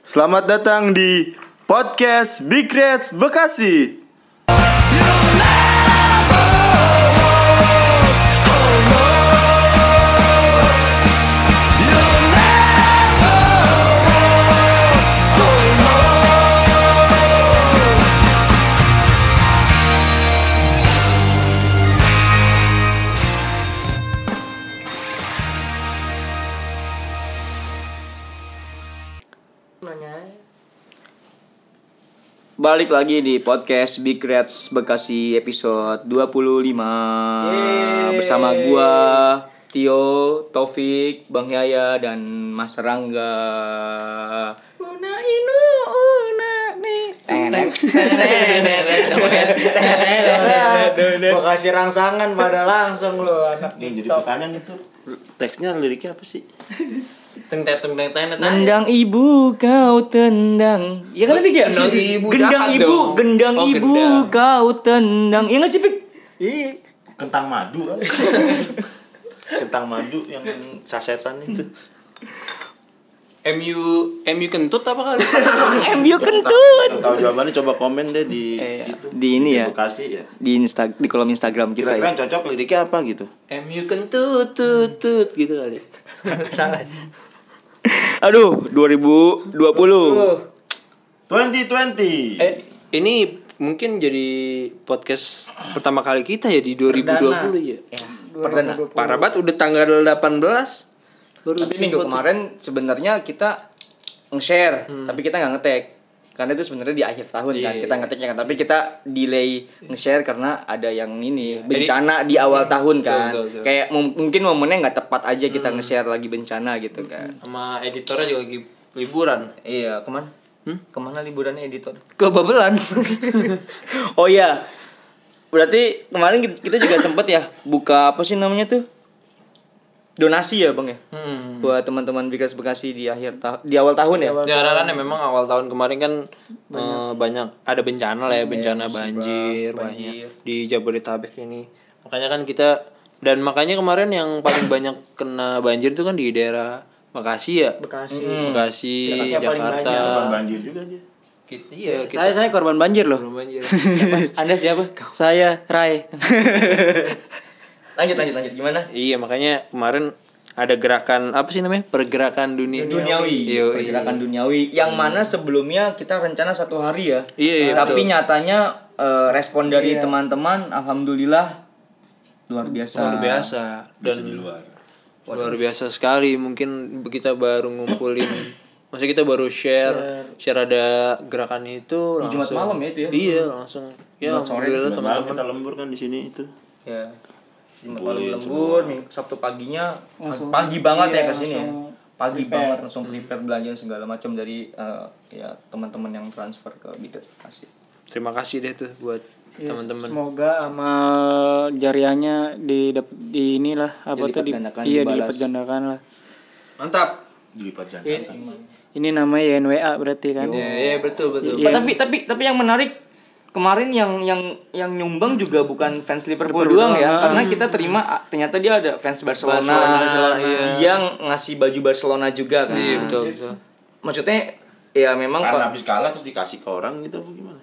Selamat datang di podcast Big Reds Bekasi. Balik lagi di podcast Big Reds Bekasi episode 25. Bersama gua Tio, Taufik, Bang Yaya dan Mas Rangga. Una inu una nih. Gua kasih rangsangan pada langsung lo anak Nih jadi TikTok. pertanyaan itu teksnya liriknya apa sih? Tendang ibu kau tendang. Iya kan tadi ya? Tendang ibu, Gendang jahat ibu, dong. gendang Oh, ibu gendang. kau tendang. Iya enggak sih, Pik? Iya. Kentang madu kan? Kentang madu yang sasetan itu. MU kentut apa kali? MU kentut. Yang tahu jawabannya coba komen deh di itu. Di ini ya. Bekasi ya. Di kolom Instagram kita Kira-kira ya. yang cocok liriknya apa gitu? MU kentut tut gitu kali. Salah. Aduh, 2020. 2020. Ini mungkin jadi podcast pertama kali kita ya di 2020 ya. Perdana. Parah banget udah tanggal 18 baru Tapi bikin minggu podcast. kemarin sebenarnya kita nge-share, tapi kita nggak nge-tag. Karena itu sebenarnya di akhir tahun kan, Iya. kita nge-tagnya kan. Tapi kita delay nge-share karena ada yang ini bencana di awal tahun kan. betul. Kayak mungkin momennya nggak tepat aja kita nge-share lagi bencana gitu kan. Sama editornya juga lagi liburan. Iya, kemana? Kemana liburannya editor? Ke Babelan. Oh iya, berarti kemarin kita juga sempet ya buka apa sih namanya tuh, donasi ya bang ya, buat teman-teman Bikas Bekasi di di awal tahun ya. Ya karena kan memang awal tahun kemarin kan banyak ada bencana lah ya, bencana banjir banyak di Jabodetabek ini. Makanya kan makanya kemarin yang paling banyak kena banjir itu kan di daerah Bekasi ya. Bekasi. Bekasi, Jakarta paling Jakarta. Korban banjir juga dia. Saya korban banjir loh. Korban banjir. Anda siapa? Saya Rai. lanjut gimana? Iya, makanya kemarin ada gerakan apa sih namanya? Pergerakan Duniawi. Iya. Pergerakan duniawi yang mana sebelumnya kita rencana 1 hari ya. Iya, Tapi betul. nyatanya respon dari teman-teman alhamdulillah luar biasa. Luar biasa dan luar biasa sekali. Mungkin kita baru ngumpulin, maksudnya kita baru share ada gerakan itu Di Jumat langsung. malam ya itu ya? Iya, langsung. Ya, Jumat sore, alhamdulillah Malam teman-teman. kita lembur kan di sini itu. Ya. Jumat malam Kumpulin lembur nih, Sabtu paginya pagi banget ya ke sini ya. Pagi banget langsung prepare belanjaan segala macam dari ya teman-teman yang transfer ke Bikas Bekasi. Terima kasih deh tuh buat teman-teman. Semoga amal jariahnya di inilah apa Dilipat tuh gandakan, iya dibalas. dilipat gandakan lah. Mantap. Dilipat jantan. Ini namanya YNWA berarti kan. Iya, betul. Iya. Tapi yang menarik kemarin yang nyumbang juga bukan fans Liverpool doang ya, karena kita terima ternyata dia ada fans Barcelona. iya. Dia ngasih baju Barcelona juga kan. Iya, betul. Maksudnya ya memang Karena habis kalah terus dikasih ke orang gitu apa gimana?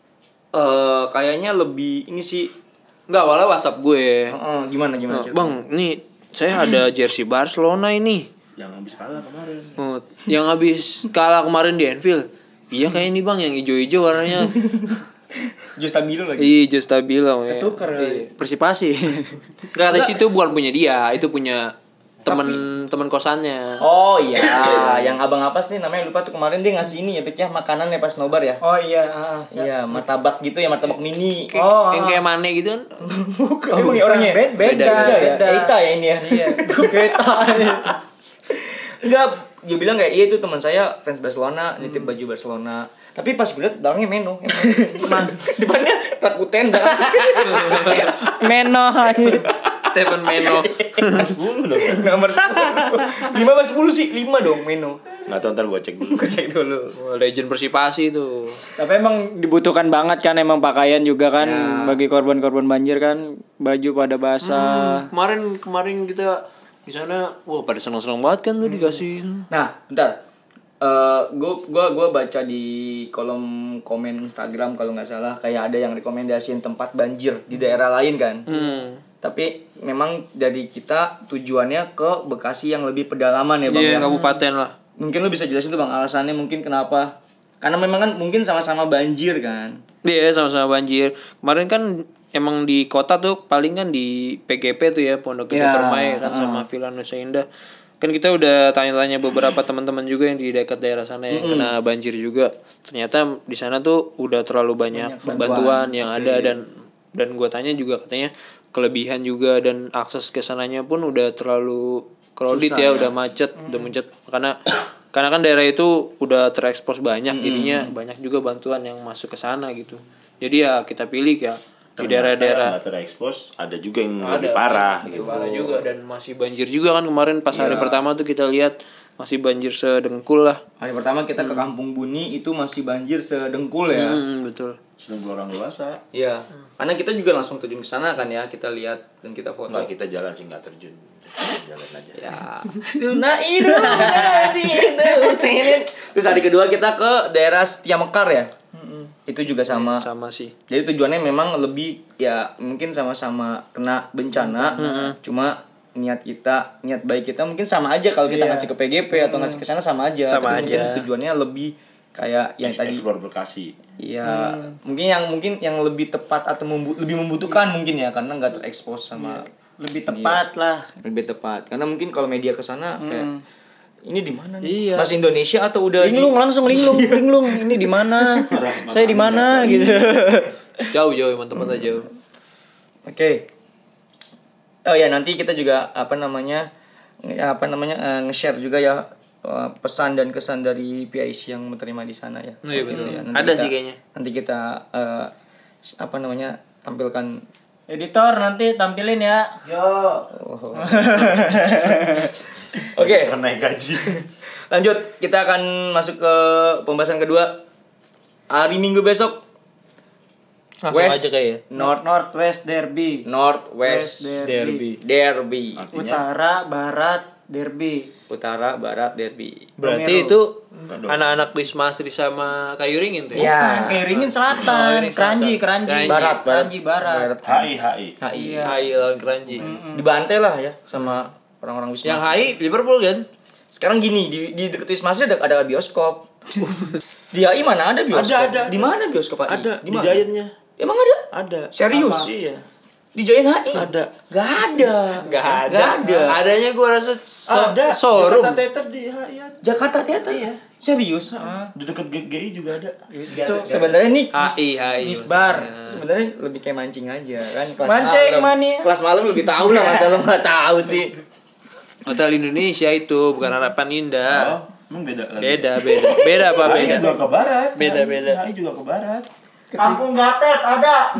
kayaknya lebih ini sih Enggak, awalnya WhatsApp gue. gimana Bang, nih saya ada jersey Barcelona ini. Yang habis kalah kemarin. Yang habis kalah kemarin di Anfield. Iya kayak ini bang, yang hijau-hijau warnanya. Justabilo lagi. Iya, just bilang ya. Tukar Persipasi. Enggak, di situ bukan punya dia, itu punya teman kosannya. Oh iya, yang abang apa sih namanya lupa tuh, kemarin dia ngasih ini ya Pik ya, makanan ya pas nobar ya. Oh iya, Iya, martabak gitu ya, martabak mini. Yang kayak Mane gitu kan. Emang ya orangnya beda ya. Eta ya ini ya. Iya. Beda. Enggak, dia bilang kayak iya itu teman saya fans Barcelona, nitip baju Barcelona. Tapi pas gue liat barangnya Meno. Depannya Rakuten dah. Meno aja. Stephen Meno. 10 dong. Nomor 10. 5 apa 10 sih? 5 dong Meno. Enggak tahu, ntar gue cek dulu. Gue cek dulu. Wah, legend Persipasi itu. Tapi emang dibutuhkan banget kan emang pakaian juga kan bagi korban-korban banjir kan, baju pada basah. Kemarin kita di sana, wah pada seneng-seneng banget kan tuh dikasih. Nah, bentar. gue baca di kolom komen Instagram kalau nggak salah kayak ada yang rekomendasiin tempat banjir di daerah lain kan. Tapi memang dari kita tujuannya ke Bekasi yang lebih pedalaman ya Bang. Iya, ya? kabupaten lah. Mungkin lu bisa jelasin tuh Bang alasannya mungkin kenapa? Karena memang kan mungkin sama-sama banjir kan. Iya, sama-sama banjir. Kemarin kan emang di kota tuh paling kan di PGP tuh ya, Pondok Gede Permai kan sama Villa Nusa Indah. Kan kita udah tanya-tanya beberapa teman-teman juga yang di dekat daerah sana yang kena banjir juga. Ternyata di sana tuh udah terlalu banyak bantuan yang ada dan gue tanya juga katanya kelebihan juga dan akses ke sananya pun udah terlalu crowded ya, udah macet, udah macet karena kan daerah itu udah terekspos banyak jadinya banyak juga bantuan yang masuk ke sana gitu. Jadi ya kita pilih ya di daerah-daerah nggak terekspos ada juga yang lebih parah gitu. Parah juga dan masih banjir juga kan kemarin pas hari pertama tuh kita lihat masih banjir sedengkul lah. Hari pertama kita ke Kampung Buni itu masih banjir sedengkul ya. Betul. Sedang orang dewasa. Iya. Karena kita juga langsung terjun ke sana kan ya, kita lihat dan kita foto. Nggak, kita jalan sih nggak terjun. Jalan aja. Ya. Terus hari kedua kita ke daerah Setia Mekar ya. Itu juga sama. Sama sih. Jadi tujuannya memang lebih ya mungkin sama-sama kena bencana. Cuma niat baik kita mungkin sama aja kalau kita ngasih ke PGP atau ngasih ke sana sama aja. Sama tapi aja. mungkin tujuannya lebih kayak yang tadi Explore Bekasi. Iya, mungkin yang lebih tepat atau lebih membutuhkan mungkin ya karena nggak terekspos sama Lebih tepat lah. lebih tepat. Karena mungkin kalau media ke sana kayak ini di mana nih? Iya. Masih Indonesia atau udah Linglung langsung linglung. Ini di mana? Saya di mana gitu. Jauh teman-teman jauh. Oke. Oh ya nanti kita juga nge-share juga ya pesan dan kesan dari PIC yang menerima di sana ya. Oh, iya betul. Ya. Ada sih kayaknya. Nanti kita tampilkan. Editor nanti tampilin ya. Oke. Naik gaji. Lanjut, kita akan masuk ke pembahasan kedua. Hari Minggu besok Langsung aja kayaknya. Northwest Derby. Northwest Derby. Derby. Artinya Utara Barat Derby. Utara Barat Derby. Berarti itu anak-anak Wisma Asri sama Kayu Ringin tuh Ya, Keiringin Selatan, Keranji. Barat. Keranji Barat. HI. HI. HI lawan Keranji. Dibantai lah ya sama orang-orang Wisma. Yang HI Liverpool kan? Sekarang gini di dekat Wisma Asri ada bioskop. Di HI mana ada bioskop? Ada. Di mana bioskop HI? Ada Di di mana? Giant-nya. Emang ada? Ada. Serius? Iya. Di Giant HI? Ada. Gak ada. Gak Gak ada. Adanya gue rasa Ada. showroom. Jakarta Theater di HI ada. Jakarta Theater? Iya. Serius? Di dekat GGI juga ada. Itu sebenarnya nih HI Misbar. sebenarnya lebih kayak mancing aja kan kelas Mancing, malam. mani. Kelas malam lebih tahu lah masa lu nggak tahu sih. Hotel Indonesia itu bukan Harapan Indah. Oh, emang beda lagi. Beda apa HI beda? juga ke barat. Beda. HI juga ke barat. Kampung Gatet ada.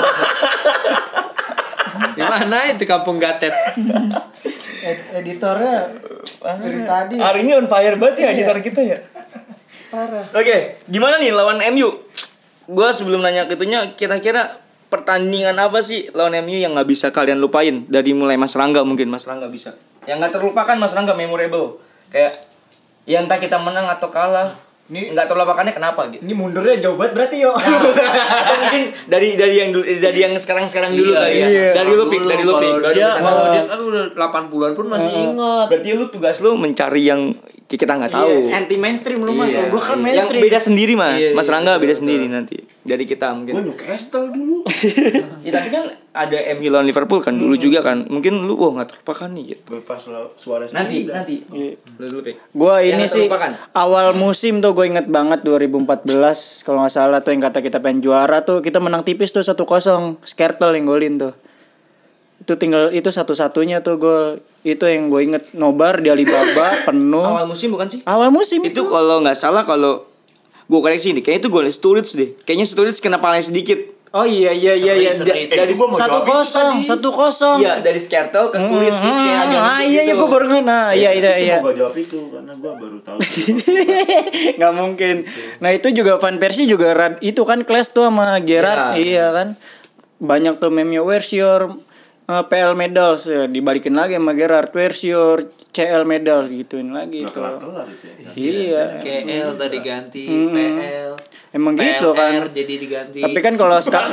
Di mana itu Kampung Gatet? Editornya dari tadi. Hari ini on fire banget ya editor kita ya. Parah. Oke, gimana nih lawan MU? Gua sebelum nanya itunya kira-kira pertandingan apa sih lawan MU yang nggak bisa kalian lupain dari mulai Mas Rangga mungkin Mas Rangga bisa. Yang nggak terlupakan Mas Rangga memorable. Kayak ya entah kita menang atau kalah. Ini nggak terlupakannya kenapa gitu? Ini mundurnya jauh banget berarti yo. Atau mungkin dari yang sekarang dulu kali ya. Dari lu Pik. Kalau dia kan udah 80-an pun masih ingat. Berarti lu tugas lu mencari yang kita nggak tahu. Anti mainstream lu Mas. Iya. Gua kan Yang mainstream. beda sendiri Mas. Iya, Mas iya, Rangga beda betul. sendiri nanti. Dari kita Gue mungkin. Newcastle dulu. Ya tapi kan ada MU lawan Liverpool kan dulu juga kan. Mungkin lu nggak terlupakan nih gitu. Pas Suarez Nanti. Iya. Lu Pik. Gua Yang ini nggak sih terlupakan. awal musim tuh gue inget banget 2014 kalau nggak salah tuh yang kata kita pengen juara tuh kita menang tipis tuh 1-0 Skrtel yang golin tuh. Itu satu-satunya tuh gol. Itu yang gue inget nobar di Alibaba penuh. Awal musim bukan sih? Awal musim Itu kalau nggak salah kalau gue koreksi nih, kayaknya itu golnya Sturridge deh. Kayaknya Sturridge kena paling sedikit. Oh iya. Seri. Dari gua mau jawab itu tadi. 1-0. Iya dari Skrtel ke Sturridge terus kayak agak Iya gitu. gue baru nge- nah iya. Gue jawab itu karena gue baru tahu. Nggak mungkin. Nah itu juga Van Persie juga itu kan clash tuh sama Gerrard. Iya. Iya kan. Banyak tuh meme where's your PL medals ya, dibalikin lagi sama Gerard, where's your CL medals gituin lagi Nggak tuh. kelar-kelar itu ya. Iya. KL tadi ganti PL. Emang gitu kan. jadi diganti. Tapi kan kalau sekarang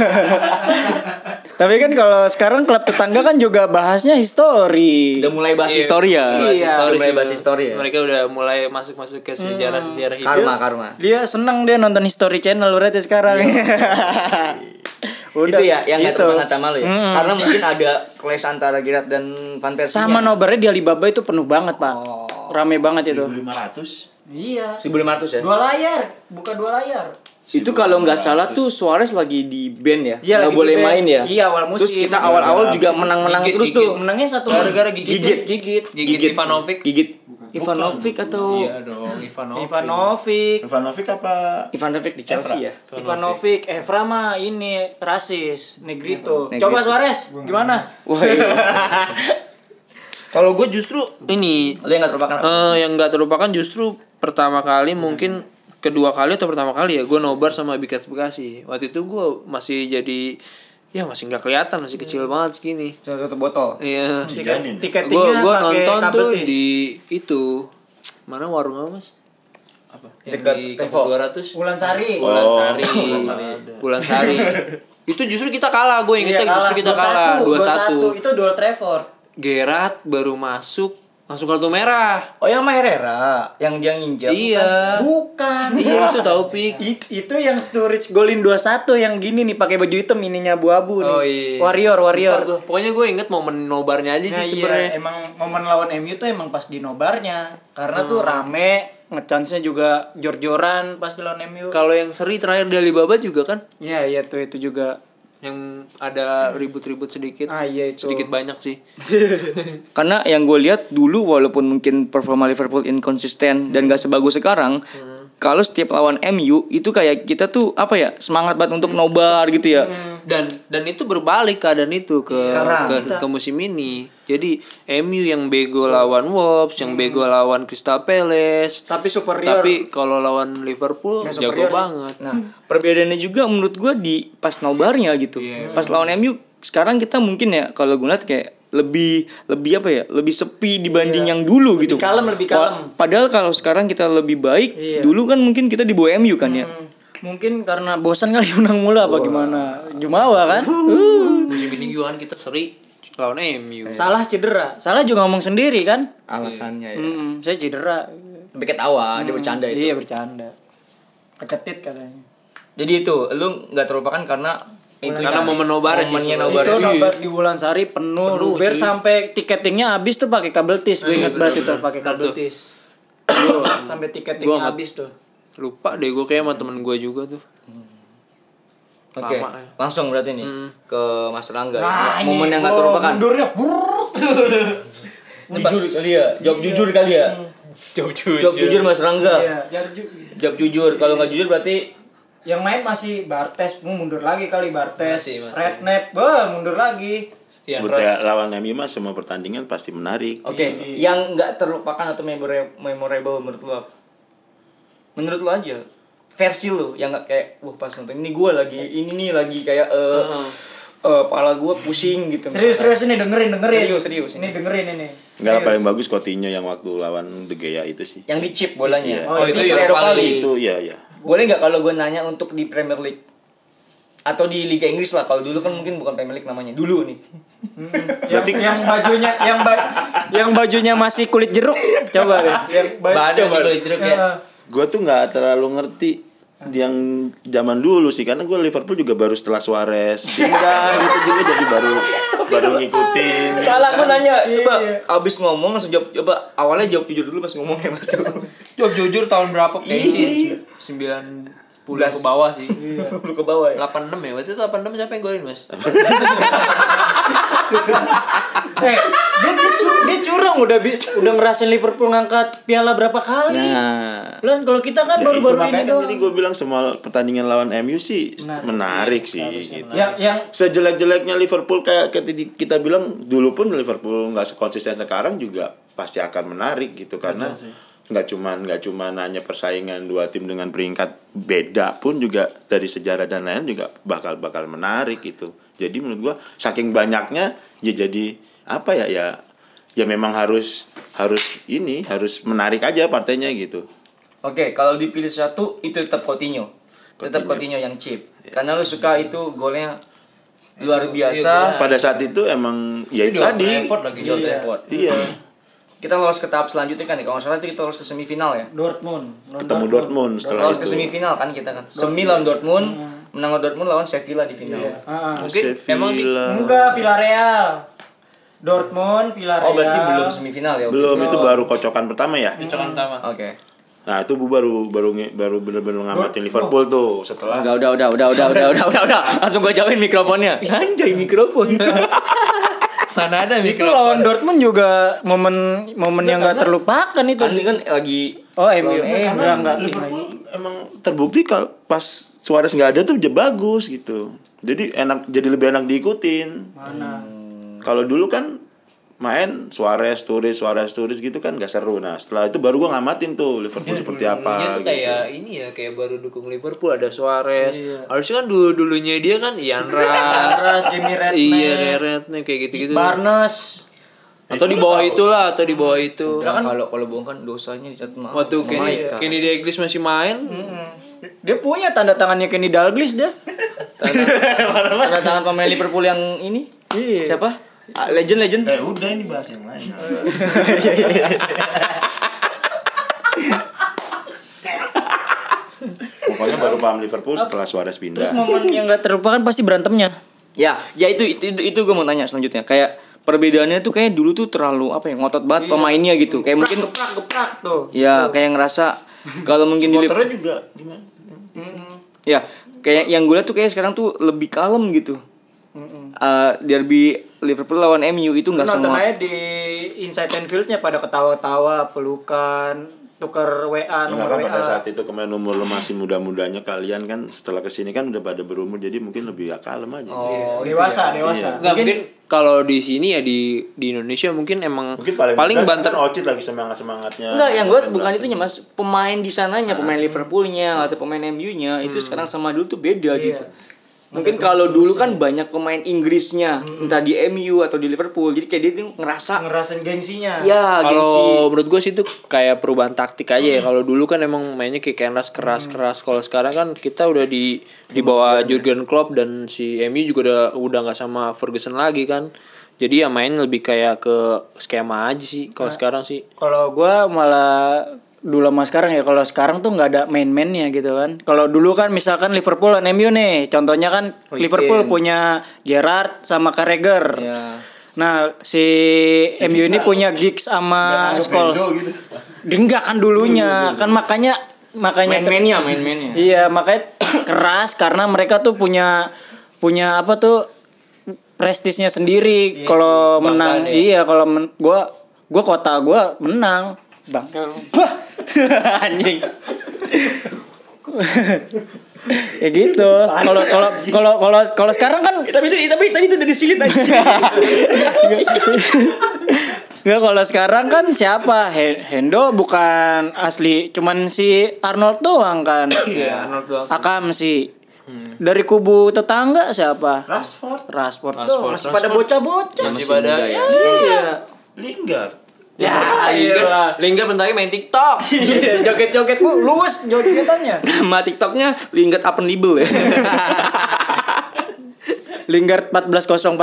Tapi kan kalau sekarang klub tetangga kan juga bahasnya history. Udah mulai bahas Iya, histori ya. Iya, Udah mulai bahas histori ya. Mereka udah mulai masuk ke sejarah-sejarah hidup. Karma. Dia seneng dia nonton History Channel berarti sekarang. Itu ya yang nggak gitu. terbanget sama lo ya. Karena mungkin ada clash antara Gerard dan Van Persie. Sama nobarnya di Alibaba itu penuh banget, Pak. Rame banget itu. 1.500. Iya. 1.500 ya. 2 layar, buka 2 layar. Itu kalau nggak salah tuh Suarez lagi di band ya. Iya, Nggak lagi boleh di band. main ya. Iya, awal musim. Terus kita awal-awal juga menang-menang Gigit, terus gigit. tuh. Menangnya satu Gara-gara gigit. Gigit. Ivanovic. Gigit Ivanovic atau Iya dong, Ivanovic. Ivanovic apa? Ivanovic di Chelsea ya. Ivanovic, Evra mah ini rasis, Negrito. Negrito. Coba Suarez, gimana? Wah, iya. Kalau gue justru Ini lo yang nggak terlupakan apa? yang nggak terlupakan justru pertama kali mungkin kedua kali atau pertama kali ya gue nobar sama Bikats Bekasi. Waktu itu gue masih jadi masih nggak kelihatan, masih kecil banget segini. Satu botol. Iya. Dijanin. Tiketingnya Gue pakai nonton kabel tuh tis. di itu mana warungnya Mas? Apa? Yang Dekat di Tevo. Kapal 200. Wulan Sari. Bulan Sari. Itu justru kita kalah, gue ingetnya Iya, justru kita kalah 2-1. Itu duel Trevor. Gerard baru masuk langsung kartu merah. Oh yang sama Herrera, yang dia nginjak. Iya. Bukan. Iya itu tahu Pik. Itu yang Sturridge golin 2-1 yang gini nih pakai baju hitam ininya abu-abu nih. Oh iya. Warrior. Lupa gua. Pokoknya gue inget momen nobarnya aja sih Nah, sebenarnya. iya, emang momen lawan MU tuh emang pas di nobarnya. Karena tuh rame, ngechance-nya juga jor-joran pas di lawan MU. Kalau yang seri terakhir di Alibaba juga kan Iya tuh itu juga. yang ada ribut-ribut sedikit. Ah iya itu. Sedikit banyak sih. Karena yang gue lihat dulu walaupun mungkin performa Liverpool inkonsisten dan gak sebagus sekarang, kalau setiap lawan MU itu kayak kita tuh apa ya semangat banget untuk nobar gitu ya. Dan itu berbalik keadaan itu ke Sekarang. ke musim ini. Jadi MU yang bego lawan Wolves, yang bego lawan Crystal Palace. Tapi superior. Tapi kalau lawan Liverpool Ya, jago superior. banget. Nah, perbedaannya juga menurut gue di pas nobarnya gitu. Pas lawan MU sekarang kita mungkin ya kalau gue lihat kayak lebih apa ya? Lebih sepi dibanding yang dulu gitu. lebih kalem. Padahal kalau sekarang kita lebih baik, Iya. dulu kan mungkin kita di bawah MU kan ya. Mungkin karena bosan kali menang mula apa gimana. Jumawa kan. Musim ini juga kan kita seri lawan MU. Salah cedera. Salah juga ngomong sendiri kan. Alasannya ya. Saya cedera. Tapi ketawa, dia bercanda itu. Iya bercanda. Kecetit katanya. Jadi itu, lu nggak terlupakan karena itu Karena momen nobar sih. momennya sebenarnya. nobar. Itu nobar di Wulan Sari penuh. Luber cuy. sampai tiketingnya habis tuh pakai kabel tis. Gue ingat banget itu pakai kabel tuh. tis. Sampai Gua tiketingnya nggak- habis tuh. Lupa deh gue kayak sama temen gue juga tuh. Oke, Lama ya. langsung berarti nih ke Mas Rangga. Nah, Momen ini yang nggak gua terlupakan. Mundurnya. Jujur kali ya, jawab jujur kali ya. Jawab jujur Mas Rangga. Iya, Jawab jujur, kalau nggak jujur berarti yang main masih Bartes, mundur lagi kali Bartes. Masih. Redknapp, mundur lagi. Ya, Sebetulnya lawan MU mah semua pertandingan pasti menarik. oke, yang nggak terlupakan atau memorable menurut lu apa? Menurut lu aja. Versi lu yang nggak kayak wah pas nonton ini gue lagi ini nih lagi kayak kepala gue pusing gitu. Serius ini dengerin. Serius. Ini dengerin ini. Enggak lah, paling bagus Coutinho yang waktu lawan De Gea itu sih. Yang di chip bolanya. Iya. Oh, itu itu Europa Eropa League. League. Itu ya. Boleh nggak kalau gue nanya untuk di Premier League atau di Liga Inggris lah, kalau dulu kan mungkin bukan Premier League namanya dulu nih. yang bajunya masih kulit jeruk. Coba deh. Bahannya sih kulit jeruk ya. Gua tuh nggak terlalu ngerti yang zaman dulu sih, karena gue Liverpool juga baru setelah Suarez pindah gitu juga, jadi baru ngikutin. Salah gue nanya, coba abis ngomong langsung jawab, coba awalnya jawab jujur dulu pas ngomongnya Mas. Jawab jujur tahun berapa? Kayaknya sih 90 ke bawah sih. Lu ke bawah ya. 86 ya. Waktu itu 86 siapa yang golin, Mas? Dia curang udah ngerasain Liverpool ngangkat piala berapa kali. Nah, Lan kalau kita kan Ya, baru-baru itu ini makanya doang. tadi gue bilang semua pertandingan lawan MU sih menarik sih gitu. Yang Sejelek-jeleknya Liverpool kayak kita bilang dulu pun Liverpool nggak sekonsisten sekarang juga pasti akan menarik gitu, karena nggak cuman hanya persaingan dua tim dengan peringkat beda pun juga dari sejarah dan lain juga bakal menarik gitu. Jadi menurut gua saking banyaknya ya jadi apa ya memang harus menarik aja partainya gitu. Oke, kalau dipilih satu itu tetap Coutinho. Tetap Coutinho yang chip. Karena lu suka itu golnya luar biasa. Pada saat itu emang ya itu tadi. John Trafford. Iya. Kita lolos ke tahap selanjutnya kan ya. Kalau nggak salah itu kita lolos ke semifinal ya. Dortmund. Ketemu Dortmund setelah Lolos itu. ke semifinal kan kita kan. Semi lawan Dortmund, menang lawan Dortmund lawan Sevilla di final. Mungkin emang sih Enggak, Villarreal. Dortmund, Villarreal. Oh, berarti belum semifinal ya. Belum, itu baru kocokan pertama ya. cocokan pertama. Oke. Nah, itu baru benar-benar ngamatin Liverpool tuh setelah Udah. Langsung gua jauhin mikrofonnya. Anjay mikrofon. Sana ada Itu mikrofon. lawan Dortmund juga momen yang enggak terlupakan itu. Kan ini kan lagi MU enggak. Liverpool emang terbukti kalau pas Suarez nggak ada tuh dia bagus gitu. Jadi lebih enak diikutin. Mana? Kalau dulu kan main Suarez turis gitu kan gak seru. Nah setelah itu baru gua ngamatin tuh Liverpool seperti Dia apa tuh gitu. kayak ini ya, kayak baru dukung Liverpool ada Suarez. Harusnya kan dulunya dia kan Ian Rush, Jimmy Redknapp. iya Redknapp kayak gitu-gitu. Barnes. Atau di bawah itulah, atau di bawah itu. Nah, kalau bohong kan dosanya dicatat Waktu Kenny Dalglish masih main. Dia punya tanda tangannya Kenny Dalglish dia. tanda tangan pemain Liverpool yang ini. Iya. Siapa? Legend. Udah ini bahas yang lain. Pokoknya baru paham Liverpool setelah Suarez pindah. Terus momen yang enggak terlupakan pasti berantemnya. Ya itu gue mau tanya selanjutnya. Kayak perbedaannya tuh kayak dulu tuh terlalu ngotot banget pemainnya gitu. Kayak mungkin Geprak tuh. ya kayak ngerasa kalau mungkin di Supporternya juga gimana? ya kayak yang gue liat tuh kayak sekarang tuh lebih kalem gitu. Derby Liverpool lawan MU itu nggak Nonton semua. aja di Inside Anfield-nya pada ketawa-tawa, pelukan, tuker WA, Enggak nomor kan WA. pada saat itu kemarin umur lo masih muda-mudanya kalian kan setelah kesini kan udah pada berumur jadi mungkin lebih kalem aja. Oh, dewasa. Iya. Enggak mungkin kalau di sini ya di Indonesia mungkin emang Mungkin paling banter banter. Ocit lagi semangatnya. Enggak, yang gue bukan itunya Mas, pemain di sananya, pemain Liverpoolnya atau pemain MU-nya itu sekarang sama dulu tuh beda gitu. Mungkin kalau dulu kan banyak pemain Inggrisnya, entah di MU atau di Liverpool. Jadi kayak dia tuh ngerasain gengsinya. ya gengsi. Kalau menurut gue sih itu kayak perubahan taktik aja ya. Kalau dulu kan emang mainnya kayak keras keras. Kalau sekarang kan kita udah di bawah Jurgen Klopp dan si MU juga udah nggak sama Ferguson lagi kan. Jadi ya main lebih kayak ke skema aja sih. Kalau sekarang sih. Kalau gua malah dulu sama sekarang ya, kalau sekarang tuh nggak ada main-mainnya gitu kan. Kalau dulu kan misalkan Liverpool dan MU nih, contohnya kan Liverpool punya Gerrard sama Carragher. Ya. Nah si MU ini punya Giggs sama Scholes. Gitu. Enggak kan dulunya, kan makanya Main-mainnya. Iya makanya keras karena mereka tuh punya apa tuh prestisnya sendiri. Kalau menang, kalau gua kota gua menang. Bang. Bah. Anjing. Ya gitu. Kalau sekarang kan Tapi itu dari silit aja. Nggak, kalau sekarang kan siapa? Hendo bukan asli, cuman si Arnold doang kan. Iya, Arnold doang. Akam sih. Dari kubu tetangga siapa? Rashford doang. Masih pada bocah-bocah. Masih pada muda ya. Iya. Lingard. Ya, Lingard bentar main TikTok. Iya, joget-joget bu, luwes joget-jogetannya. Nama TikToknya Lingard Apen Libel ya. Lingard 14045.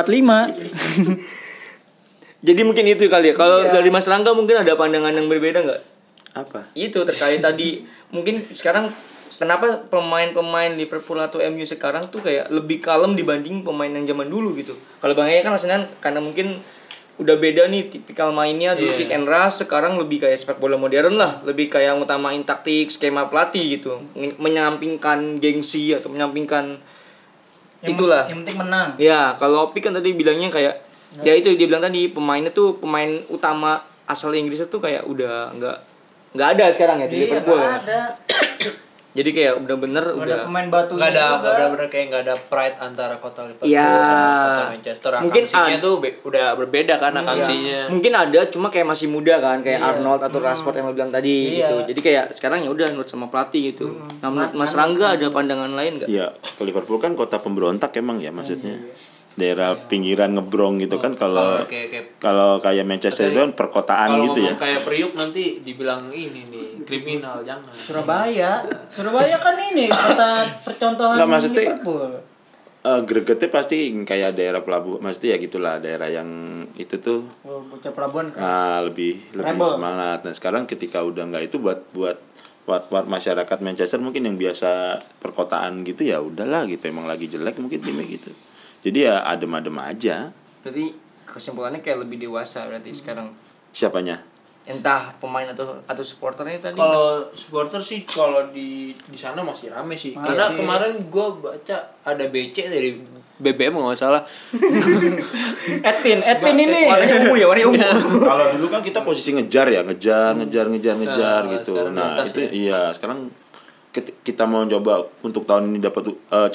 Jadi mungkin itu kali ya. Kalau dari Mas Rangga mungkin ada pandangan yang berbeda nggak? Apa? Itu terkait tadi mungkin sekarang kenapa pemain-pemain Liverpool atau MU sekarang tuh kayak lebih kalem dibanding pemain yang zaman dulu gitu. Kalau Bang Aya kan maksudnya karena mungkin udah beda nih tipikal mainnya dulu kick and rush, sekarang lebih kayak sepak bola modern lah, lebih kayak ngutamain taktik skema pelatih gitu, menyampingkan gengsi atau menyampingkan itulah. Yang penting menang. Ya, kalau Opi kan tadi bilangnya kayak ya itu dia bilang tadi pemainnya tuh pemain utama asal Inggris tuh kayak udah nggak ada sekarang ya di Liverpool ya. Ada. Jadi kayak bener-bener Ada udah pemain batu. Nggak ada benar-benar kayak nggak ada pride antara kota Liverpool Ya. sama kota Manchester. Mungkin Akamsinya tuh udah berbeda kan akamsinya. mungkin ada cuma kayak masih muda kan kayak Arnold atau Rashford yang lo bilang tadi Iya. gitu. Jadi kayak sekarang ya udah nurut sama pelatih gitu. Nah, menurut Mas Rangga ada pandangan lain enggak? Ya, ke Liverpool kan kota pemberontak emang ya maksudnya. Daerah pinggiran ngebrong gitu kan kalau kayak Manchester itu kan perkotaan Kalau gitu ya. ngomong kayak Priuk nanti dibilang ini nih kriminal, jangan. Surabaya kan ini kota percontohan Nggak, maksudnya- Liverpool. Gregetnya pasti kayak daerah pelabuhan, maksudnya ya gitulah daerah yang itu tuh Bocah pelabuhan kan. lebih Rebel. semangat. Nah sekarang ketika udah nggak itu buat masyarakat Manchester mungkin yang biasa perkotaan gitu ya udahlah gitu, emang lagi jelek mungkin timnya gitu. Jadi ya adem-adem aja. Berarti kesimpulannya kayak lebih dewasa berarti sekarang. Siapanya? Entah pemain atau supporternya tadi. Kalau supporter sih kalau di sana masih rame sih. Karena kemarin gua baca ada BC dari BBM nggak salah. Edwin ini. warnanya ungu ya, warnanya ungu. Kalau dulu kan kita posisi ngejar gitu. sekarang Nah, di atas itu iya, sekarang kita mau coba untuk tahun ini dapat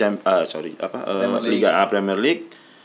Premier League.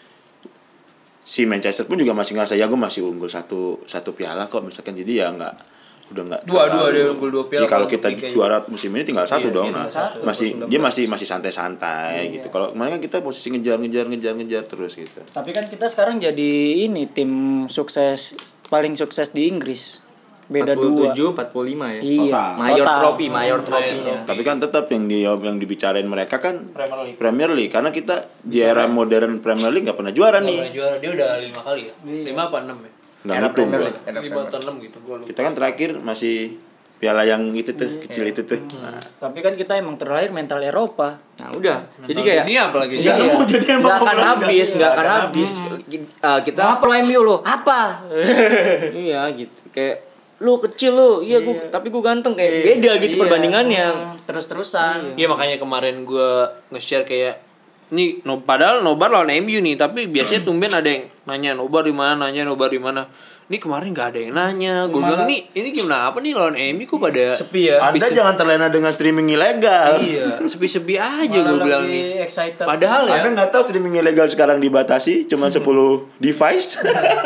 Si Manchester pun juga masih ngerasa ya gue masih unggul satu piala kok misalkan, jadi ya udah nggak Dua dia unggul 2 piala. ya, kalau kita Liga juara musim ini tinggal satu dong. Nah, satu. dia masih santai-santai gitu. Kalau kemarin kan kita posisi ngejar terus gitu. Tapi kan kita sekarang jadi ini tim sukses paling sukses di Inggris. Beda 47, 2. 45 ya. Iya. Mayor Total. trofi, mayor trofinya. Tapi kan tetap yang dibicarain mereka kan Premier League. Premier League, karena kita di era modern Premier League nggak pernah juara Nggak nih. pernah juara, dia udah 5 kali ya. 5 apa 6 ya? Nggak Era ngitung Premier gua. League, era 5 Premier atau 6 gitu gua lupa. Kita kan terakhir masih piala yang itu tuh kecil itu tuh. Nah, Tapi kan kita emang terlahir mental Eropa. Nah, udah. Jadi kayak Ini apalagi sih? Iya, jadi emang nggak akan pemain habis, nggak nggak akan akan habis. Kita Apa lo MU lo? Apa? iya gitu. Kayak lu kecil lu, iya gua tapi gua ganteng kayak beda gitu perbandingannya. Terus-terusan. Iya makanya kemarin gua nge-share kayak ini padahal nobar lawan MU nih, tapi biasanya tumben ada yang nanya nobar di mana. Ini kemarin nggak ada yang nanya. Gue bilang ini gimana apa nih lawan MU kok pada Sepi ya. Anda jangan terlena dengan streaming ilegal. Iya, sepi-sepi aja gue bilang nih. Excited. Padahal ya, Anda nggak tahu streaming ilegal sekarang dibatasi cuma 10 device.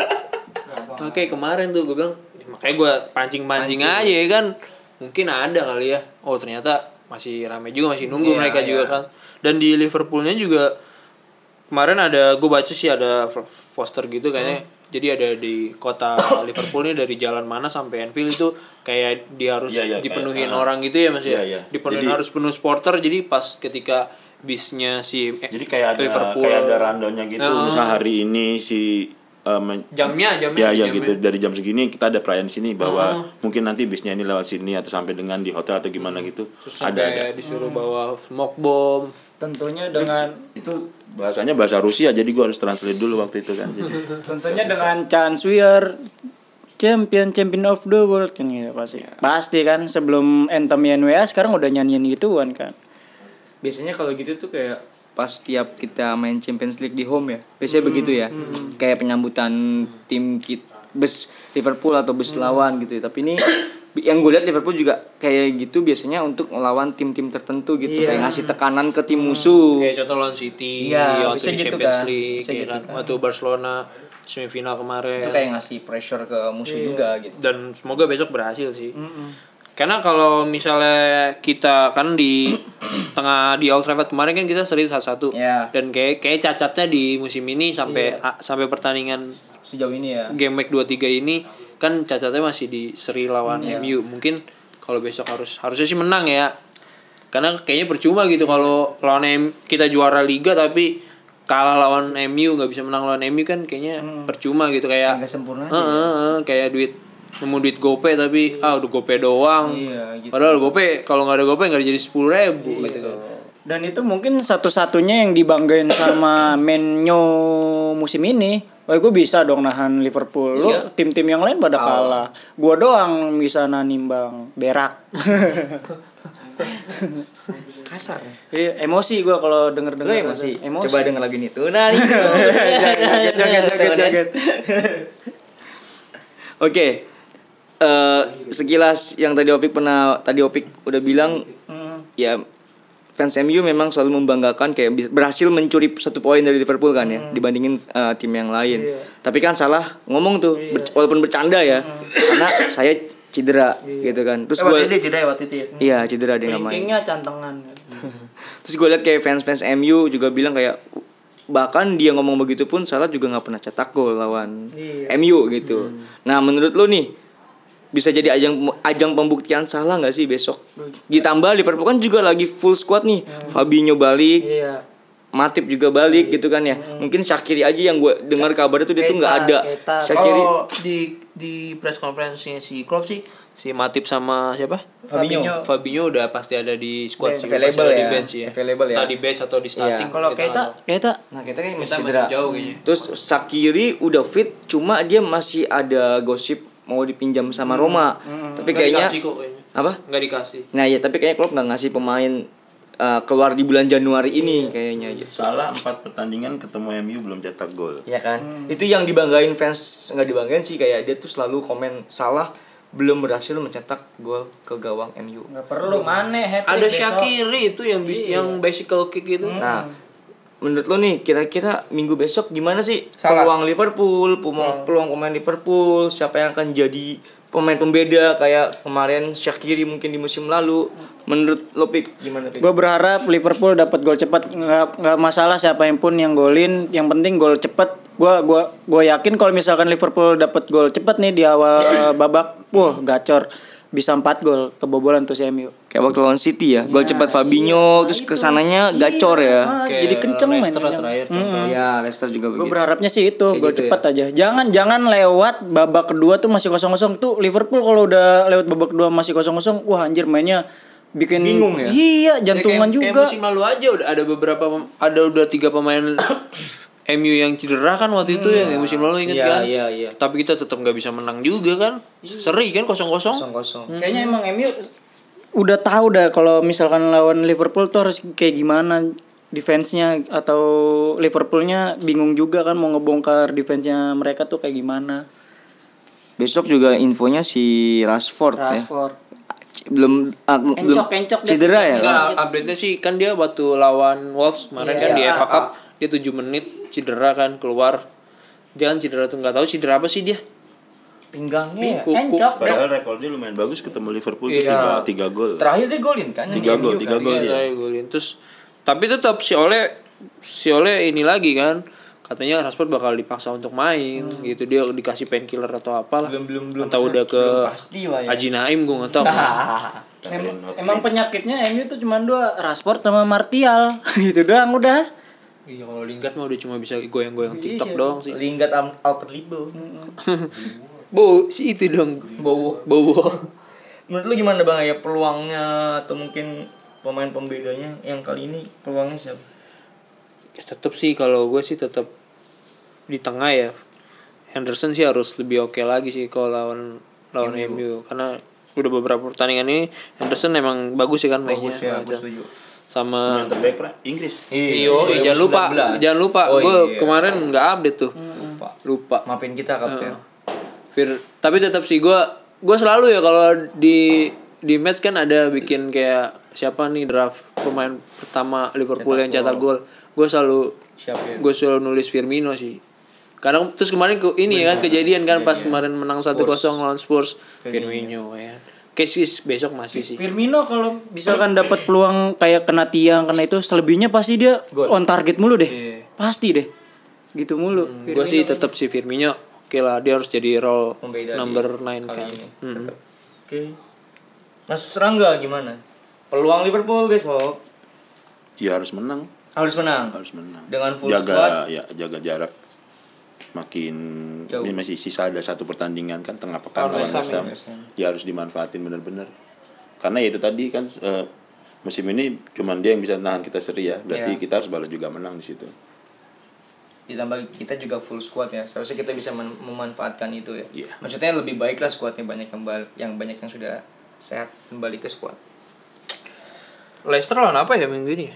oke kemarin tuh gue bilang makanya gue pancing aja ya kan, mungkin ada kali ya. Oh ternyata masih ramai juga, masih nunggu mereka juga kan. Dan di Liverpoolnya juga kemarin ada gue baca sih ada poster gitu kayaknya. Jadi ada di kota Liverpool ini dari jalan mana sampai Anfield itu kayak dia harus dipenuhin orang gitu ya Mas ya. Dipenuhin, harus penuh supporter. Jadi pas ketika bisnya si Jadi kayak Liverpool, ada randonya gitu. Misal hari ini si jamnya gitu, dari jam segini kita ada perayaan di sini bahwa mungkin nanti bisnya ini lewat sini atau sampai dengan di hotel atau gimana gitu. Terus ada disuruh bawa smoke bomb. Tentunya dengan itu bahasanya bahasa Rusia, jadi gua harus translate dulu waktu itu kan. Jadi tentunya dengan chance we are champion of the world kan gitu pasti. Pasti kan sebelum anthem NWA sekarang udah nyanyiin gituan kan. Biasanya kalau gitu tuh kayak pas tiap kita main Champions League di home ya. Biasanya begitu ya. Kayak penyambutan tim bus Liverpool atau bus lawan gitu ya. Tapi ini yang gue lihat Liverpool juga kayak gitu biasanya untuk melawan tim-tim tertentu gitu, kayak ngasih tekanan ke tim musuh. Kayak contoh lawan City, Iya, waktu bisa di gitu Champions kan. League, Bisa ya gitu kan? kan. Waktu Barcelona semifinal kemarin. Itu kayak ngasih pressure ke musuh juga gitu. Dan semoga besok berhasil sih. Karena kalau misalnya kita kan di tengah di Old Trafford kemarin kan kita seri 1-1. Iya. Dan kayak cacatnya di musim ini sampai pertandingan Sejauh ini ya. game week 23 ini kan cacatnya masih di seri lawan MU. Mungkin kalau besok harusnya sih menang ya. Karena kayaknya percuma gitu kalau lawan kita juara liga tapi kalah lawan MU, nggak bisa menang lawan MU kan kayaknya percuma gitu, kayak Nggak sempurna aja. kayak nemu duit GoPay tapi udah GoPay doang. Iya, gitu. Padahal GoPay kalau nggak ada GoPay nggak jadi 10.000 gitu kan. Dan itu mungkin satu-satunya yang dibanggain sama Menyo musim ini. Wah, gue bisa dong nahan Liverpool. Lu tim-tim yang lain pada kalah. Gua doang bisa nimbang berak. Kasar. Iya, emosi gua kalau denger-denger Emosi. emosi. Coba denger lagu ini tuh. Nah, itu. Joget. Oke. Sekilas yang tadi Opik udah bilang ya fans MU memang selalu membanggakan kayak berhasil mencuri 1 poin dari Liverpool kan ya dibandingin tim yang lain. Tapi kan Salah ngomong tuh walaupun bercanda ya karena saya cedera gitu kan. Terus dia cedera waktu itu ya. Iya, cedera dia enggak main. Rankingnya cantengan. Terus gue liat kayak fans MU juga bilang kayak bahkan dia ngomong begitu pun Salah juga nggak pernah cetak gol lawan MU gitu. Nah menurut lo nih bisa jadi ajang pembuktian Salah nggak sih besok? Ditambah Liverpool kan juga lagi full squad nih. Fabinho balik, Matip juga balik gitu kan ya. Mungkin Shaqiri aja yang gue dengar kabarnya tuh dia tuh nggak ada. Shaqiri di press conference-nya si Klopp sih si Matip sama siapa? Fabinho udah pasti ada di squad sih, available di ya. bench ya. Available ya. Tadi bench atau di starting. Kalau Keita nah kita kan masih Kita cedera. masih jauh kayaknya. Terus Shaqiri udah fit, cuma dia masih ada gosip mau dipinjam sama Roma. Tapi kayaknya dikasih kok kayaknya. apa? Nggak dikasih. Nah ya tapi kayaknya Klopp nggak ngasih pemain keluar di bulan Januari ini kayaknya aja. Salah 4 pertandingan ketemu MU belum cetak gol. Ya kan? Itu yang dibanggain fans, nggak dibanggain sih kayak dia tuh selalu komen Salah belum berhasil mencetak gol ke gawang MU. Nggak perlu Mane hat-trick Ada besok. Shaqiri itu yang bicycle kick itu. Nah, menurut lo nih kira-kira minggu besok gimana sih Salah. peluang Liverpool, peluang pemain Liverpool, siapa yang akan jadi pemain pembeda kayak kemarin Shaqiri mungkin di musim lalu. Menurut lo Pik gimana Pik? Gue berharap Liverpool dapat gol cepat, nggak masalah siapa yang pun yang golin, yang penting gol cepat. Gue yakin kalau misalkan Liverpool dapat gol cepat nih di awal babak, wah gacor, bisa 4 gol kebobolan tuh si MU. Kayak waktu lawan City ya, gol cepat Fabinho, terus kesananya gacor ya. Jadi kenceng main. Leicester terakhir contoh. Ya Leicester juga Gue begitu. berharapnya sih itu gol gitu cepat aja. Jangan lewat babak kedua tuh masih 0-0 tuh Liverpool kalau udah lewat babak kedua masih 0-0, wah anjir mainnya bikin bingung ya. Iya, jantungan kayak juga. musim lalu aja udah 3 pemain MU yang cedera kan waktu itu yang musim lalu inget kan? Iya. Tapi kita tetap nggak bisa menang juga kan? Seri kan 0-0. 0-0. Kayaknya emang MU udah tahu dah kalau misalkan lawan Liverpool tuh harus kayak gimana defense-nya, atau Liverpoolnya bingung juga kan mau ngebongkar defense-nya mereka tuh kayak gimana. Besok juga infonya si Rashford. Ya. Belum Encok cedera ya? Enggak, update-nya sih kan dia waktu lawan Wolves kemarin kan di FA Cup dia 7 menit cedera kan keluar. Dia kan cedera tuh nggak tahu cedera apa sih dia. Pinggangnya. Encok. Padahal rekor dia lumayan bagus ketemu Liverpool tuh 3 gol. Terakhir dia golin kan? 3 gol Iya, dia. golin. Terus tapi tetap si Ole ini lagi kan katanya Rashford bakal dipaksa untuk main gitu, dia dikasih painkiller atau apalah. Belum atau udah ke pasti lah ya. Haji Naim gue nggak tahu. Emang penyakitnya MU tuh cuma 2, Rashford sama Martial. Gitu doang udah. Iya kalau Lingard mah udah cuma bisa goyang-goyang TikTok doang sih. Lingard Alper Libo. Si itu dong. Bowo. Menurut lu gimana Bang ya peluangnya atau mungkin pemain pembedanya yang kali ini peluangnya siapa? Ya, tetap sih kalau gue sih tetap di tengah ya. Henderson sih harus lebih oke lagi sih kalau lawan MU karena udah beberapa pertandingan ini Henderson emang bagus sih kan mainnya. Bagus ya, gue setuju. Sama Yang terbaik lah Inggris. jangan lupa Oh, gue iya. kemarin nggak update tuh. Lupa. Maafin kita kapten. Tapi tetap sih gue selalu ya kalau di match kan ada bikin kayak siapa nih draft pemain pertama Liverpool yang cetak gol. Gue selalu nulis Firmino sih. Karena terus kemarin ini kan kejadian kan pas kemarin menang 1-0 lawan Spurs Firmino ya. Cases besok masih sih. Firmino kalau misalkan dapat peluang kayak kena tiang, kena itu selebihnya pasti dia on target mulu deh. Pasti deh. Gitu mulu. Gue sih tetap si Firmino. Oke lah, dia harus jadi role Pembeda number 9 kan. Oke. Mas Rangga gimana? Peluang Liverpool besok Ya harus menang. harus menang. Dengan full squad. Jaga jarak. Makin Jauh. ini masih sisa ada 1 pertandingan kan tengah pekan lawan West Ham. Dia harus dimanfaatin benar-benar. Karena ya itu tadi kan musim ini cuman dia yang bisa nahan kita seri ya. Berarti kita harus balas juga menang di situ. Ditambah kita juga full squad ya. Seharusnya kita bisa memanfaatkan itu ya. Iya. Maksudnya lebih baik lah squadnya banyak yang sudah sehat kembali ke squad. Leicester lawan apa ya minggu ini ya?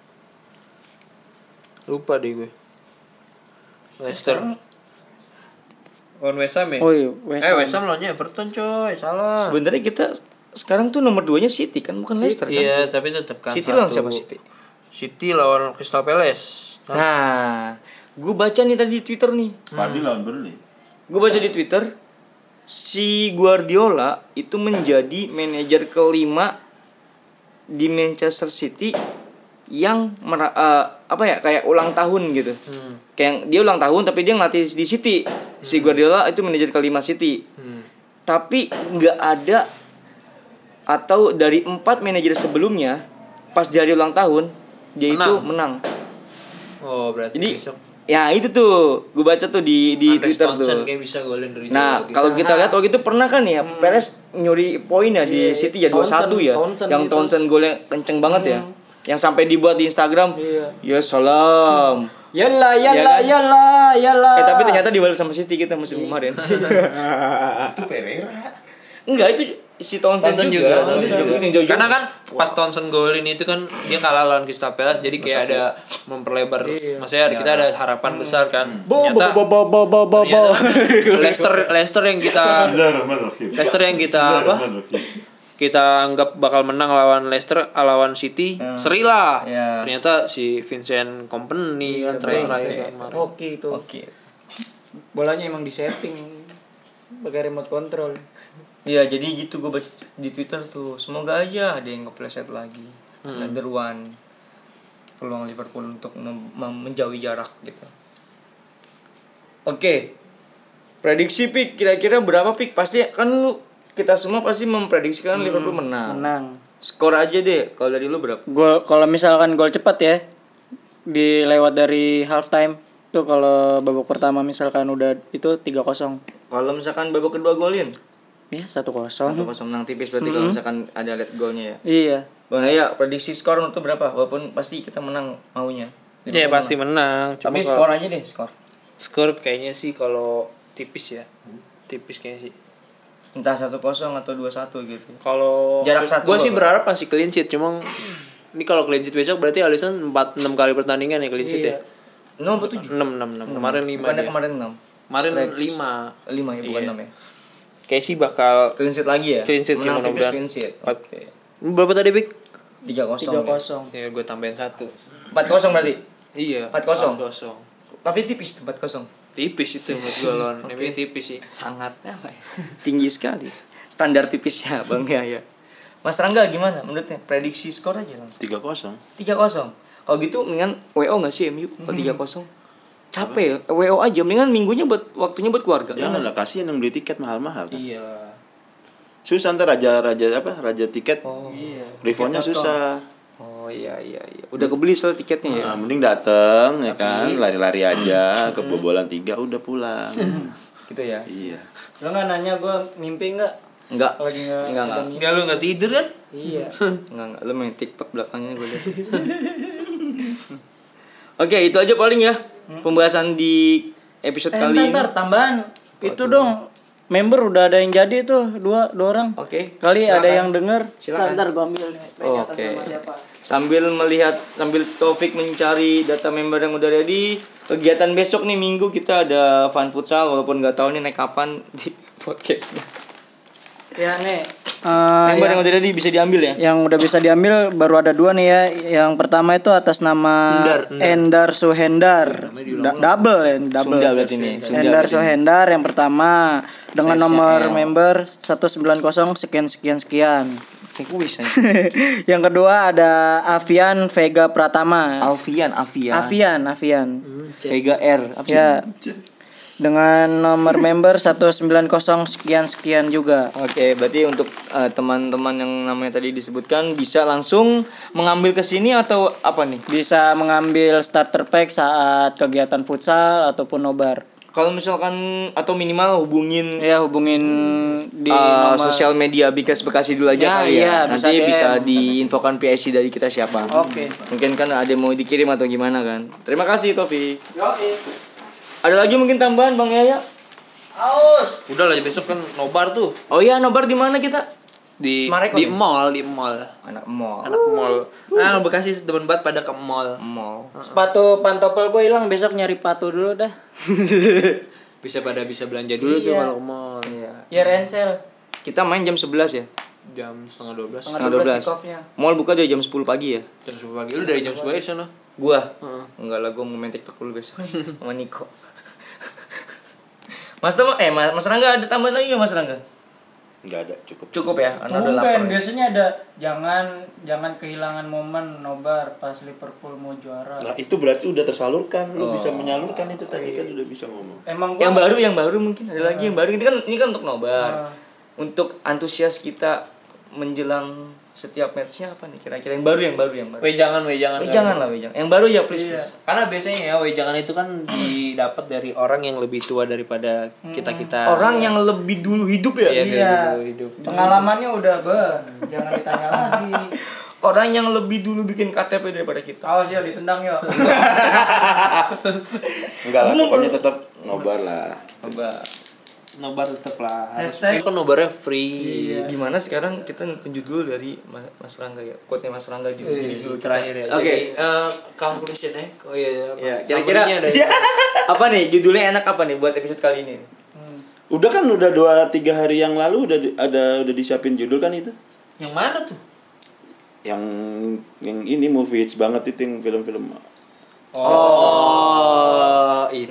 Lupa deh gue. Leicester lawan West Ham ya? Oh iya, West Ham lawannya Everton coy, salah. Sebenarnya kita sekarang tuh nomor 2-nya City kan, bukan Leicester kan? Iya, tapi tetap kan. City lawan siapa City? City lawan Crystal Palace. Nah, gue baca nih tadi di Twitter nih. Fadil lawan Burnley. Gue baca di Twitter si Guardiola itu menjadi manajer kelima di Manchester City yang kayak ulang tahun gitu. Kayak dia ulang tahun tapi dia ngelatih di City. Si Guardiola itu manajer kelima City. Tapi nggak ada, atau dari 4 manajer sebelumnya pas di hari ulang tahun dia itu menang. Oh, berarti Jadi besok ya itu tuh gue baca tuh di Andres Twitter Townsend tuh. kayak bisa golin dari Nah, jauh. kalau kita lihat waktu itu pernah kan ya, Perez nyuri poin ya di City ya 2-1 ya. Yang Townsend golnya kenceng banget ya. Yang sampai dibuat di Instagram. Ya salam. Yalla Ya yalla kan? yalla. Tapi ternyata dibalas sama City kita musim kemarin. Itu Pereira. Enggak, itu si Townsend juga. Karena kan pas Townsend golin itu kan dia kalah lawan Crystal Palace, jadi kayak ada memperlebar. Maksudnya kita ada harapan besar kan. Ternyata Leicester yang kita kita anggap bakal menang lawan Leicester, lawan City, seri lah. Ya. Ternyata si Vincent Kompany kan terakhir kan. Oke itu. Oke. Bolanya emang di setting pakai remote control. Iya, jadi gitu gue baca di Twitter tuh. Semoga aja ada yang kepleset lagi. Another one. Peluang Liverpool untuk menjauhi jarak gitu. Oke. Prediksi Pik, kira-kira berapa Pik? Pasti kan lu, kita semua pasti memprediksikan Liverpool menang. Skor aja deh, kalau dari lu berapa? Gol, kalau misalkan gol cepat ya, dilewat dari halftime tuh, kalau babak pertama misalkan udah itu 3-0. Kalau misalkan babak kedua golin, Ya 1-0. 1-0 menang tipis berarti kalau misalkan ada late goalnya ya. Iya. Bang ya, prediksi skor menurut lu berapa? Walaupun pasti kita menang maunya. Ya pasti menang. Tapi Cuma skor aja deh, skor. skor kayaknya sih kalau tipis ya. Tipis kayaknya sih. Entah 1-0 atau 2-1 gitu. Kalau Jarak satu gue sih gol. berharap masih clean sheet, cuma ini kalau clean sheet besok berarti Alisson 4-6 kali pertandingan ya clean sheet ya. 6 atau 7? 6. Kemarin 5 Bukannya dia. kemarin 6. Kemarin Straight. 5. 5 ya, bukan Iya. 6 ya. Kayak sih bakal Clean sheet lagi ya? Clean sheet sih, Menang tipis mudah-mudahan. clean sheet. Oke. Berapa tadi, Bik? 3-0. 3-0. Ya gue tambahin 1. 4-0 berarti. Iya. 4-0. 4-0. Tapi tipis tuh 4-0. Tipis itu menurut gue lawan MU tipis sih. Sangat apa ya? Tinggi sekali. Standar tipisnya Bang ya. Mas Rangga gimana menurutnya? Prediksi skor aja langsung. 3-0. 3-0. Kalau gitu mendingan WO enggak sih MU kalau 3-0? Capek ya. WO aja mendingan minggunya buat waktunya buat keluarga. Janganlah, kasihan yang beli tiket mahal-mahal kan. Iya. Susah ntar raja tiket. Oh iya. Refundnya susah. Oh iya. Udah kebeli soal tiketnya ya. Nah, mending dateng ya kan, lari-lari aja, kebobolan 3 udah pulang. Gitu ya. Iya. Lo nggak nanya gue mimpi nggak? Enggak. Lagi nggak? Enggak. Enggak, lu enggak tidur kan? Iya. Enggak. Lu main TikTok belakangnya gue lihat. Oke, itu aja paling ya pembahasan di episode kali ini. Ntar tambahan itu dong. Member udah ada yang jadi tuh dua orang. Oke. Kali silakan. ada yang denger. Silakan. Ntar gue ambil nih. Oke. Sambil Taufik mencari data member yang udah ready. Kegiatan besok nih Minggu kita ada fun futsal, walaupun nggak tahu nih naik kapan di podcastnya. Ya nih. Member yang udah ready bisa diambil ya. Yang udah bisa diambil baru ada 2 nih ya. Yang pertama itu atas nama Endar Suhendar. Double ya, double. Sunda berarti nih. Sunda Endar berarti. Suhendar yang pertama dengan Slash-nya nomor L. member 190 sekian. Kayak kuis aja. Yang kedua ada Avian Vega Pratama. Avian. Avian. Vega R. Apa sih? Ya. Dengan nomor member 190 sekian juga. Oke, berarti untuk teman-teman yang namanya tadi disebutkan bisa langsung mengambil ke sini atau apa nih? Bisa mengambil starter pack saat kegiatan futsal ataupun nobar. Kalau misalkan atau minimal hubungin Ya hubungin di nomor sosial media Bikas Bekasi dulu aja Ya, kali ya. iya, Nanti bisa bisa DM. diinfokan PSC dari kita siapa. Oke. Mungkin kan ada yang mau dikirim atau gimana kan. Terima kasih Taufik. Ada lagi mungkin tambahan Bang Yaya? Udah lah besok kan nobar tuh Oh iya, nobar di mana kita? di Semarekon di ya? mall. Anak mall. Anak mall. Nah, Bekasi teman banget pada ke mall. Mall. Sepatu pantopel gue hilang, besok nyari patu dulu dah. Bisa belanja dulu tuh Iya. kalau ke mall. Iya. Ya Rensel. Kita main jam 11 ya. jam setengah 12. Setengah 12. kick off-nya. Mall buka dari jam 10 pagi ya. Jam 10 pagi. Lu dari jam 10 pagi di sana? Gua enggak lah, gua mau main TikTok dulu besok sama Niko. Mas Rangga ada tambahan lagi enggak Mas Rangga? Enggak ada, cukup. Cukup ya, karena udah lapar. Tumben, biasanya ada jangan kehilangan momen nobar pas Liverpool mau juara. Nah, itu berarti udah tersalurkan. Lu bisa menyalurkan itu tadi kan udah bisa ngomong. Emang Yang baru mungkin ada lagi yang baru. Ini kan untuk nobar. Untuk antusias kita menjelang setiap matchnya apa nih kira-kira yang baru. Jangan. Jangan lah. Yang baru ya please. Karena biasanya ya jangan itu kan didapat dari orang yang lebih tua daripada kita-kita. Orang yang lebih dulu hidup ya. Iya. Hidup. Pengalamannya udah jangan ditanya lagi. Orang yang lebih dulu bikin KTP daripada kita. Awas ya ditendang ya. Enggak lah, pokoknya tetap nobar lah. Nobar tetep lah. Hashtag. Kan nobarnya free. Gimana sekarang kita tunjuk dulu dari Mas Rangga ya. Quote-nya Mas Rangga juga dulu Terakhir ya. Oke. Jadi conclusion Oh iya. Ya, kira-kira apa nih judulnya enak apa nih buat episode kali ini? Udah kan udah 2-3 hari yang lalu udah disiapin judul kan itu. Yang mana tuh? Yang ini movie hits banget itu yang film-film. Itu.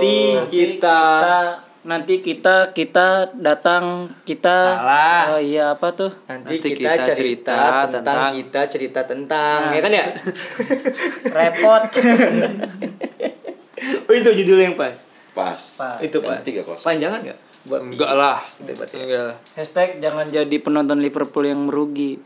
Nanti kita datang Salah. Oh iya apa tuh? Nanti kita cerita tentang ya kan ya? Repot. Oh itu judul yang pas. Pas. Itu pas. 3-0. Panjangan enggak? Buat Enggak lah. Enggak lah. Hashtag jangan jadi penonton Liverpool yang merugi.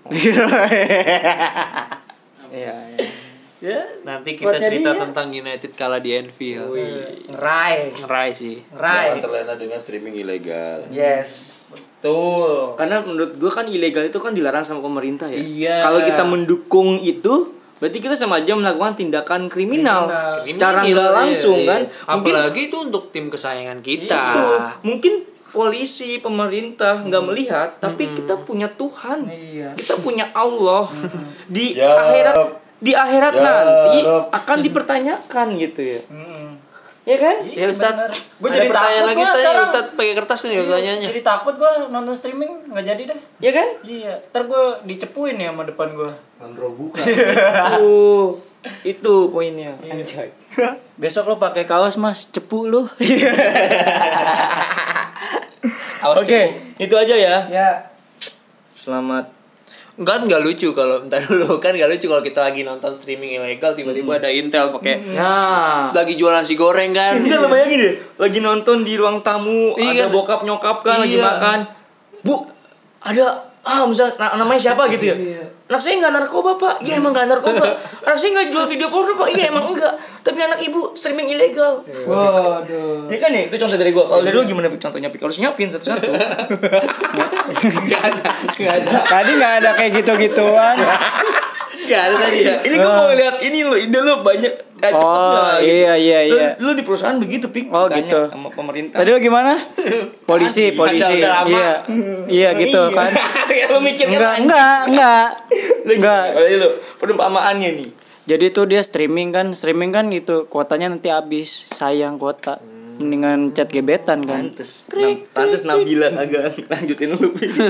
Iya. Ya. Nanti kita cerita tentang United kalah di Anfield. Ngerai sih. Jangan terlena dengan streaming ilegal. Yes. Tuh. Karena menurut gue kan ilegal itu kan dilarang sama pemerintah ya. Iya. Kalau kita mendukung itu berarti kita sama aja melakukan tindakan kriminal. Secara nggak langsung kan. Apalagi itu untuk tim kesayangan kita. Itu mungkin polisi, pemerintah nggak melihat, tapi kita punya Tuhan. Kita punya Allah. Di akhirat nanti akan dipertanyakan gitu ya. Ya kan? Ya Ustaz. Gue jadi pertanyaan takut lagi gua Ustaz. sekarang. Ustaz pakai kertas nih pertanyaannya. Jadi takut gue nonton streaming nggak jadi deh. Ya kan? Iya, ntar gue dicepuin ya sama depan gue. Itu poinnya. Anjay. Besok lo pakai kaos mas, cepu lo. Oke, itu aja ya. Ya. Selamat. Nggak lucu kalau entar dulu kan nggak lucu kalau kita lagi nonton streaming ilegal tiba-tiba ada Intel pakai lagi jualan nasi goreng kan. Enggak lo bayangin deh, lagi nonton di ruang tamu Iya, ada bokap nyokap kan lagi iya. makan. Bu, ada misalnya namanya siapa gitu ya. Anak saya nggak narkoba pak. Iya emang nggak narkoba. Anak saya nggak jual video porno pak. Iya emang enggak. Tapi anak ibu streaming ilegal. Waduh. Ya kan ya, itu contoh dari gua. Kalau dari lu gimana contohnya? Pik harus nyiapin satu-satu. Enggak ada. Tadi nggak ada kayak gitu-gituan. Enggak ada tadi ya. Ini gua mau lihat ini lo, ide lu banyak cepet enggak? Iya. Lu di perusahaan begitu Pik. Oh, Makanya gitu. sama pemerintah. Tadi lo gimana? Polisi. Udah lama. Iya gitu kan. Lu mikir kan? Enggak. Lu perumpamaannya nih. Jadi tuh dia streaming kan itu kuotanya nanti habis, sayang kuota. Mendingan chat gebetan kan. Pantes Nabila agak lanjutin lu.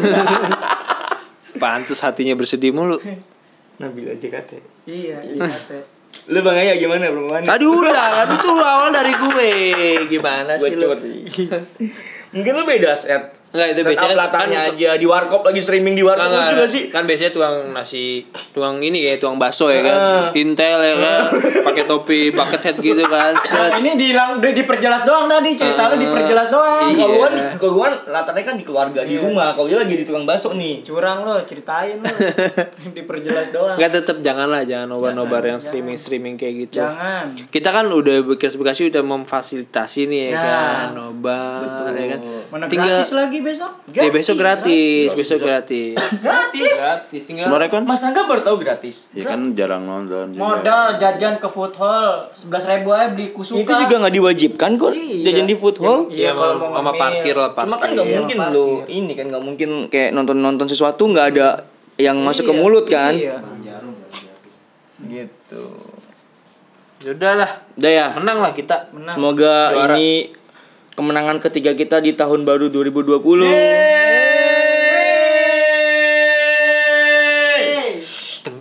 Pantes hatinya bersedih mulu. Nabila JKT. Iya. Lu Bang Aya gimana perumpamaan? Aduh udah, itu awal dari gue. Gimana sih lu? Mungkin lu beda set. Enggak, itu biasanya latarnya aja di warkop lagi streaming di warkop lucu gak sih? Kan biasanya tuang ini kayak tuang bakso ya kan. Intel ya kan. Pakai topi bucket hat gitu kan. Ini diperjelas doang tadi, cerita lu diperjelas doang. Iya. Kalau gua latarnya kan di keluarga, di rumah. Kalau dia lagi di tukang bakso nih. Curang lo, ceritain lo. Diperjelas doang. Enggak, tetap jangan nobar yang streaming kayak gitu. Jangan. Kita kan udah Bekasi udah memfasilitasi nih ya kan, nobar ya kan. Mana Tinggal gratis lagi besok? ya besok gratis. Gratis. Tinggal Semarekon? Mas Angga baru tahu gratis. Ya kan jarang nonton juga. Modal jajan ke food hall 11.000 aja beli kusuka. Itu juga nggak diwajibkan kok. Iya. Jajan di food hall. Iya, kalau mau sama ngemil. parkir lah. Cuma kan nggak Iya, mungkin parkir. lo ini kan nggak mungkin kayak nonton sesuatu nggak ada yang masuk ke mulut kan. Iya. Gitu. Udah lah, Udah ya. menang lah kita. Semoga Juara. ini kemenangan ketiga kita di tahun baru 2020.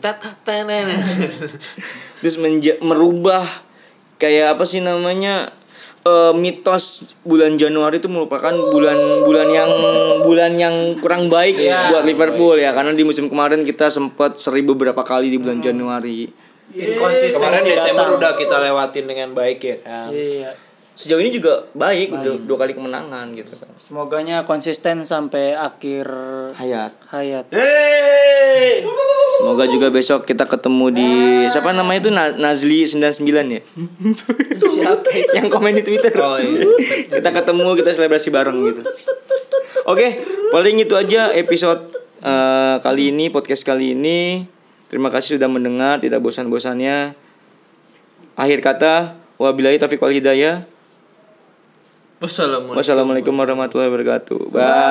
Terus merubah kayak apa sih namanya mitos bulan Januari itu merupakan bulan yang kurang baik buat Liverpool ya, karena di musim kemarin kita sempat seri beberapa kali di bulan Januari. Kemarin Desember udah kita lewatin dengan baik ya kan. Iya. Sejauh ini juga baik. Dua kali kemenangan gitu kan. Semoganya konsisten sampai akhir hayat. Semoga juga besok kita ketemu di siapa namanya itu Nazli 99 ya. Siapa itu? Yang komen di Twitter. Oh iya. Kita ketemu, kita selebrasi bareng gitu. Oke, paling itu aja episode kali ini, podcast kali ini. Terima kasih sudah mendengar, tidak bosan-bosannya. Akhir kata, wabillahi taufiq wal hidayah. Wassalamualaikum warahmatullahi wabarakatuh.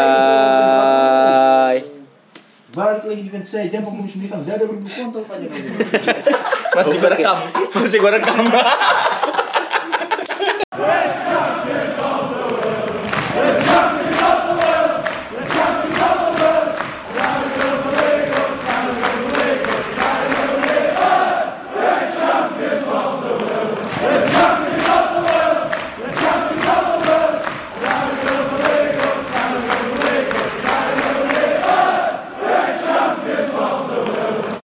Bye. Balik lagi dengan saya jam 49. Udah ada berkontol panjang. Masih gua rekam.